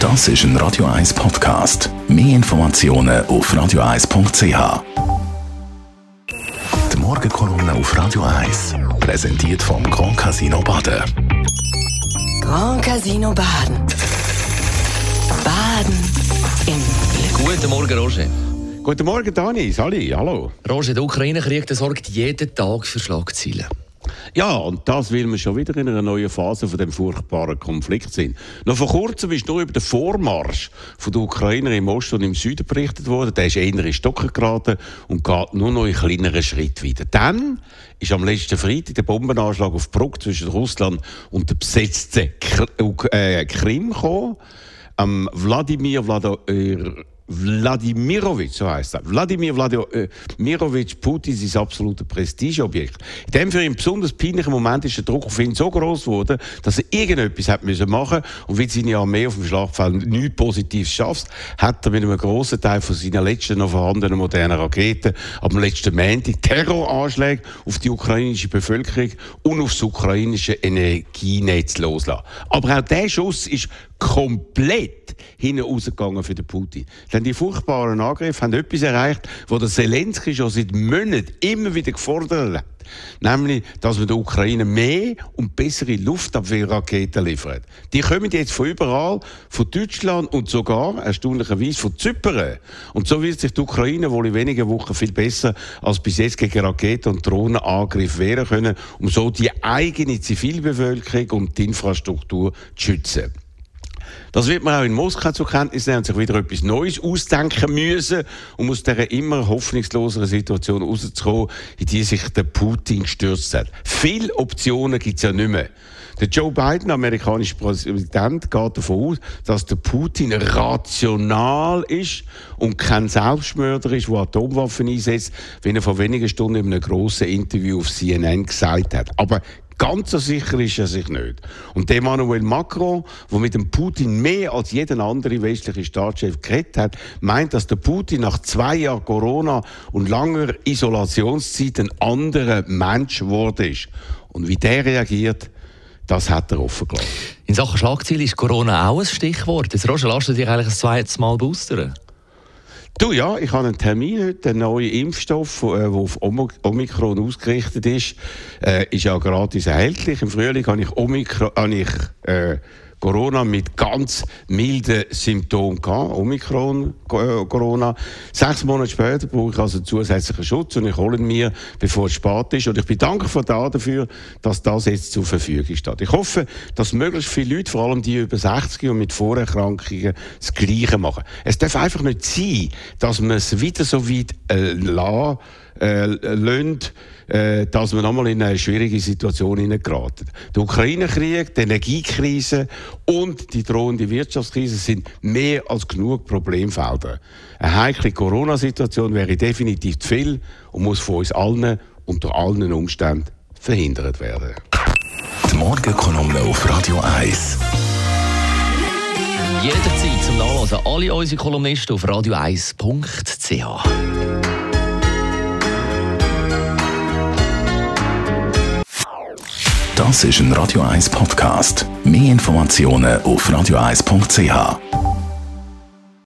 Das ist ein Radio 1 Podcast. Mehr Informationen auf radio1.ch. Die Morgenkolumne auf Radio 1 präsentiert vom Grand Casino Baden. Grand Casino Baden. Baden im Glück. Guten Morgen, Roger. Guten Morgen, Dani. Sali, hallo. Roger, der Ukraine-Krieg sorgt jeden Tag für Schlagzeilen. Ja, und das, weil wir schon wieder in einer neuen Phase von dem furchtbaren Konflikt sind. Noch vor kurzem ist nur über den Vormarsch der Ukrainer im Osten und im Süden berichtet worden. Der ist eher in Stocken geraten und geht nur noch in kleineren Schritten weiter. Dann ist am letzten Freitag der Bombenanschlag auf die Brücke zwischen Russland und der besetzten Krim gekommen. Wladimirovich, so heisst er. Wladimirovich Putin, sein absolutes Prestigeobjekt. In dem für ihn besonders peinlichen Moment ist der Druck auf ihn so groß geworden, dass er irgendetwas hat machen musste. Und weil seine Armee auf dem Schlachtfeld nichts Positives schafft, hat er mit einem grossen Teil von seinen letzten noch vorhandenen modernen Raketen am letzten Montag Terroranschläge auf die ukrainische Bevölkerung und auf das ukrainische Energienetz losgelassen. Aber auch dieser Schuss ist komplett hinten rausgegangen für den Putin. Denn die furchtbaren Angriffe haben etwas erreicht, was der Zelensky schon seit Monaten immer wieder gefordert hat. Nämlich, dass man der Ukraine mehr und bessere Luftabwehrraketen liefert. Die kommen jetzt von überall, von Deutschland und sogar, erstaunlicherweise, von Zypern. Und so wird sich die Ukraine wohl in wenigen Wochen viel besser als bis jetzt gegen Raketen- und Drohnenangriffe wehren können, um so die eigene Zivilbevölkerung und die Infrastruktur zu schützen. Das wird man auch in Moskau zur Kenntnis nehmen und sich wieder etwas Neues ausdenken müssen, um aus dieser immer hoffnungsloseren Situation rauszukommen, in die sich der Putin gestürzt hat. Viele Optionen gibt es ja nicht mehr. Der Joe Biden, amerikanischer Präsident, geht davon aus, dass der Putin rational ist und kein Selbstmörder ist, der Atomwaffen einsetzt, wie er vor wenigen Stunden in einem grossen Interview auf CNN gesagt hat. Aber ganz so sicher ist er sich nicht. Und der Emmanuel Macron, der mit dem Putin mehr als jeder andere westliche Staatschef geredet hat, meint, dass der Putin nach 2 Jahren Corona und langer Isolationszeit ein anderer Mensch geworden ist. Und wie der reagiert, das hat er offen gelassen. In Sachen Schlagzeilen ist Corona auch ein Stichwort. Jetzt, Roger, lässt du dich eigentlich ein zweites Mal boostern? Du, ja, ich habe einen Termin heute. Der neue Impfstoff, der auf Omikron ausgerichtet ist ja gratis erhältlich. Im Frühling habe ich Corona mit ganz milden Symptomen gehabt. Omikron-Corona. 6 Monate später brauche ich also zusätzlichen Schutz und ich hole ihn mir, bevor es spät ist. Und ich bin dankbar dafür, dass das jetzt zur Verfügung steht. Ich hoffe, dass möglichst viele Leute, vor allem die über 60 und mit Vorerkrankungen, das Gleiche machen. Es darf einfach nicht sein, dass man es wieder so weit lässt, dass man nochmal in eine schwierige Situation hineingeraten. Der Ukraine-Krieg, die Energiekrise und die drohende Wirtschaftskrise sind mehr als genug Problemfelder. Eine heikle Corona-Situation wäre definitiv zu viel und muss von uns allen unter allen Umständen verhindert werden. Die Morgenkolumne auf Radio 1. Jederzeit zum Nachlesen alle unsere Kolumnisten auf radio1.ch. Das ist ein Radio 1 Podcast. Mehr Informationen auf radio1.ch.